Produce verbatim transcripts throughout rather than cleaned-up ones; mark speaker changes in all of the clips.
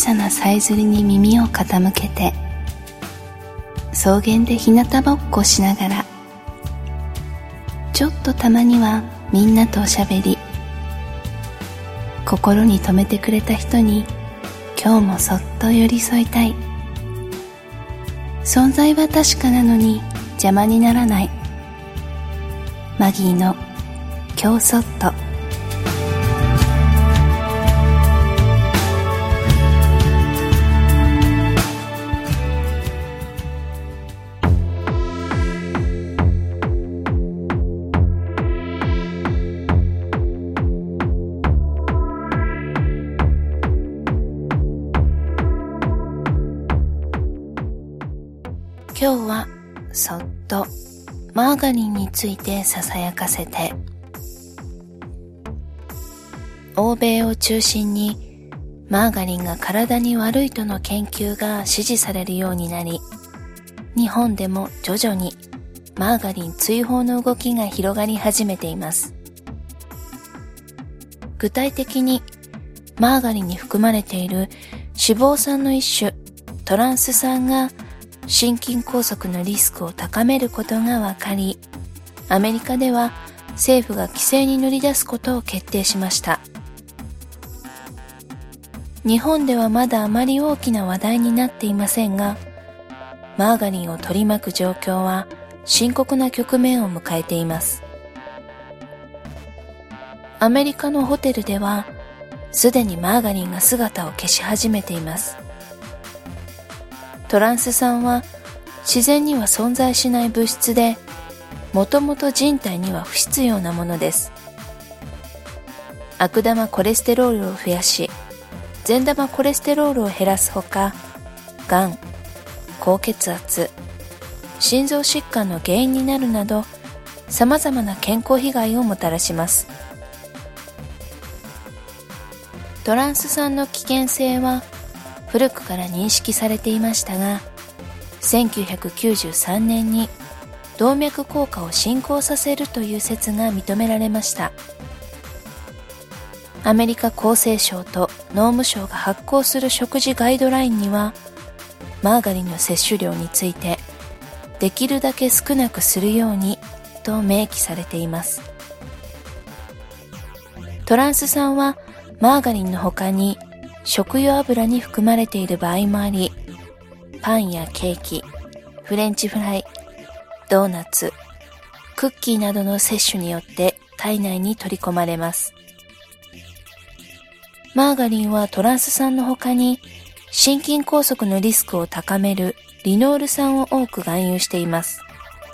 Speaker 1: さなさえずりに耳を傾けて、草原で日向ぼっこしながら、ちょっとたまにはみんなとおしゃべり、心に留めてくれた人に今日もそっと寄り添いたい。存在は確かなのに邪魔にならない。マギーの今日そっと。今日はそっとマーガリンについてささやかせて。欧米を中心にマーガリンが体に悪いとの研究が支持されるようになり、日本でも徐々にマーガリン追放の動きが広がり始めています。具体的にマーガリンに含まれている脂肪酸の一種トランス酸が心筋梗塞のリスクを高めることが分かり、アメリカでは政府が規制に乗り出すことを決定しました。日本ではまだあまり大きな話題になっていませんが、マーガリンを取り巻く状況は深刻な局面を迎えています。アメリカのホテルではすでにマーガリンが姿を消し始めています。トランス酸は自然には存在しない物質で、もともと人体には不必要なものです。悪玉コレステロールを増やし、善玉コレステロールを減らすほか、がん、高血圧、心臓疾患の原因になるなど、様々な健康被害をもたらします。トランス酸の危険性は古くから認識されていましたが、せんきゅうひゃくきゅうじゅうさんねんに動脈硬化を進行させるという説が認められました。アメリカ厚生省と農務省が発行する食事ガイドラインには、マーガリンの摂取量についてできるだけ少なくするようにと明記されています。トランス酸はマーガリンの他に食用油に含まれている場合もあり、パンやケーキ、フレンチフライ、ドーナツ、クッキーなどの摂取によって体内に取り込まれます。マーガリンはトランス酸の他に心筋梗塞のリスクを高めるリノール酸を多く含有しています。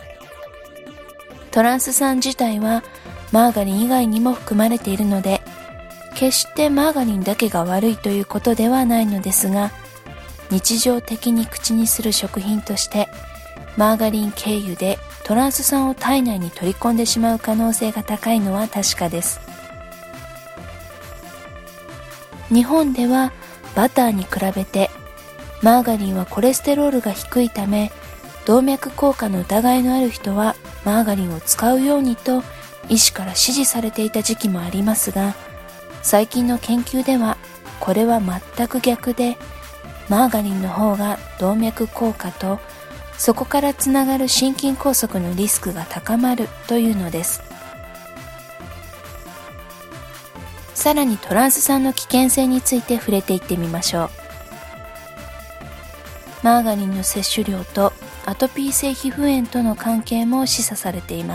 Speaker 1: トランス酸自体はマーガリン以外にも含まれているので、決してマーガリンだけが悪いということではないのですが、日常的に口にする食品としてマーガリン経由でトランス酸を体内に取り込んでしまう可能性が高いのは確かです。日本ではバターに比べてマーガリンはコレステロールが低いため、動脈硬化の疑いのある人はマーガリンを使うようにと医師から指示されていた時期もありますが、最近の研究ではこれは全く逆で、マーガリンの方が動脈硬化とそこからつながる心筋梗塞のリスクが高まるというのです。さらにトランス酸の危険性について触れていってみましょう。マーガリンの摂取量とアトピー性皮膚炎との関係も示唆されています。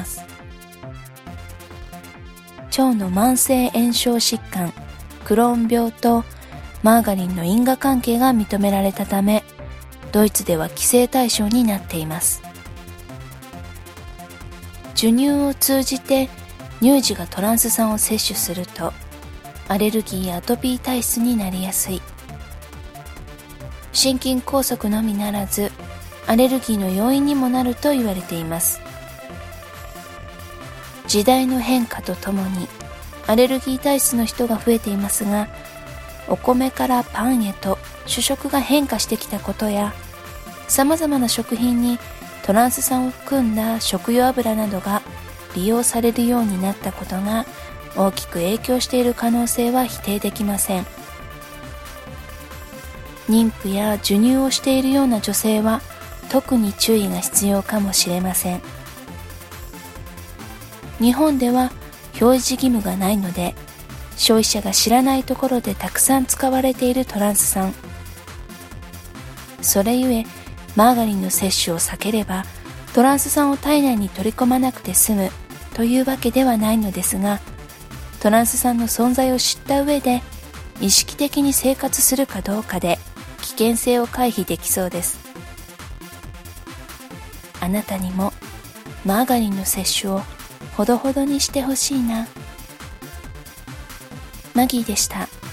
Speaker 1: 腸の慢性炎症疾患、クローン病とマーガリンの因果関係が認められたため、ドイツでは規制対象になっています。授乳を通じて乳児がトランス酸を摂取すると、アレルギーやアトピー体質になりやすい。心筋梗塞のみならず、アレルギーの要因にもなると言われています。時代の変化とともにアレルギー体質の人が増えていますが、お米からパンへと主食が変化してきたことや、様々な食品にトランス酸を含んだ食用油などが利用されるようになったことが大きく影響している可能性は否定できません。 妊婦や授乳をしているような女性は特に注意が必要かもしれません。日本では表示義務がないので、消費者が知らないところでたくさん使われているトランス酸。それゆえ、マーガリンの摂取を避ければ、トランス酸を体内に取り込まなくて済むというわけではないのですが、トランス酸の存在を知った上で、意識的に生活するかどうかで危険性を回避できそうです。あなたにもマーガリンの摂取をほどほどにしてほしいな。マギーでした。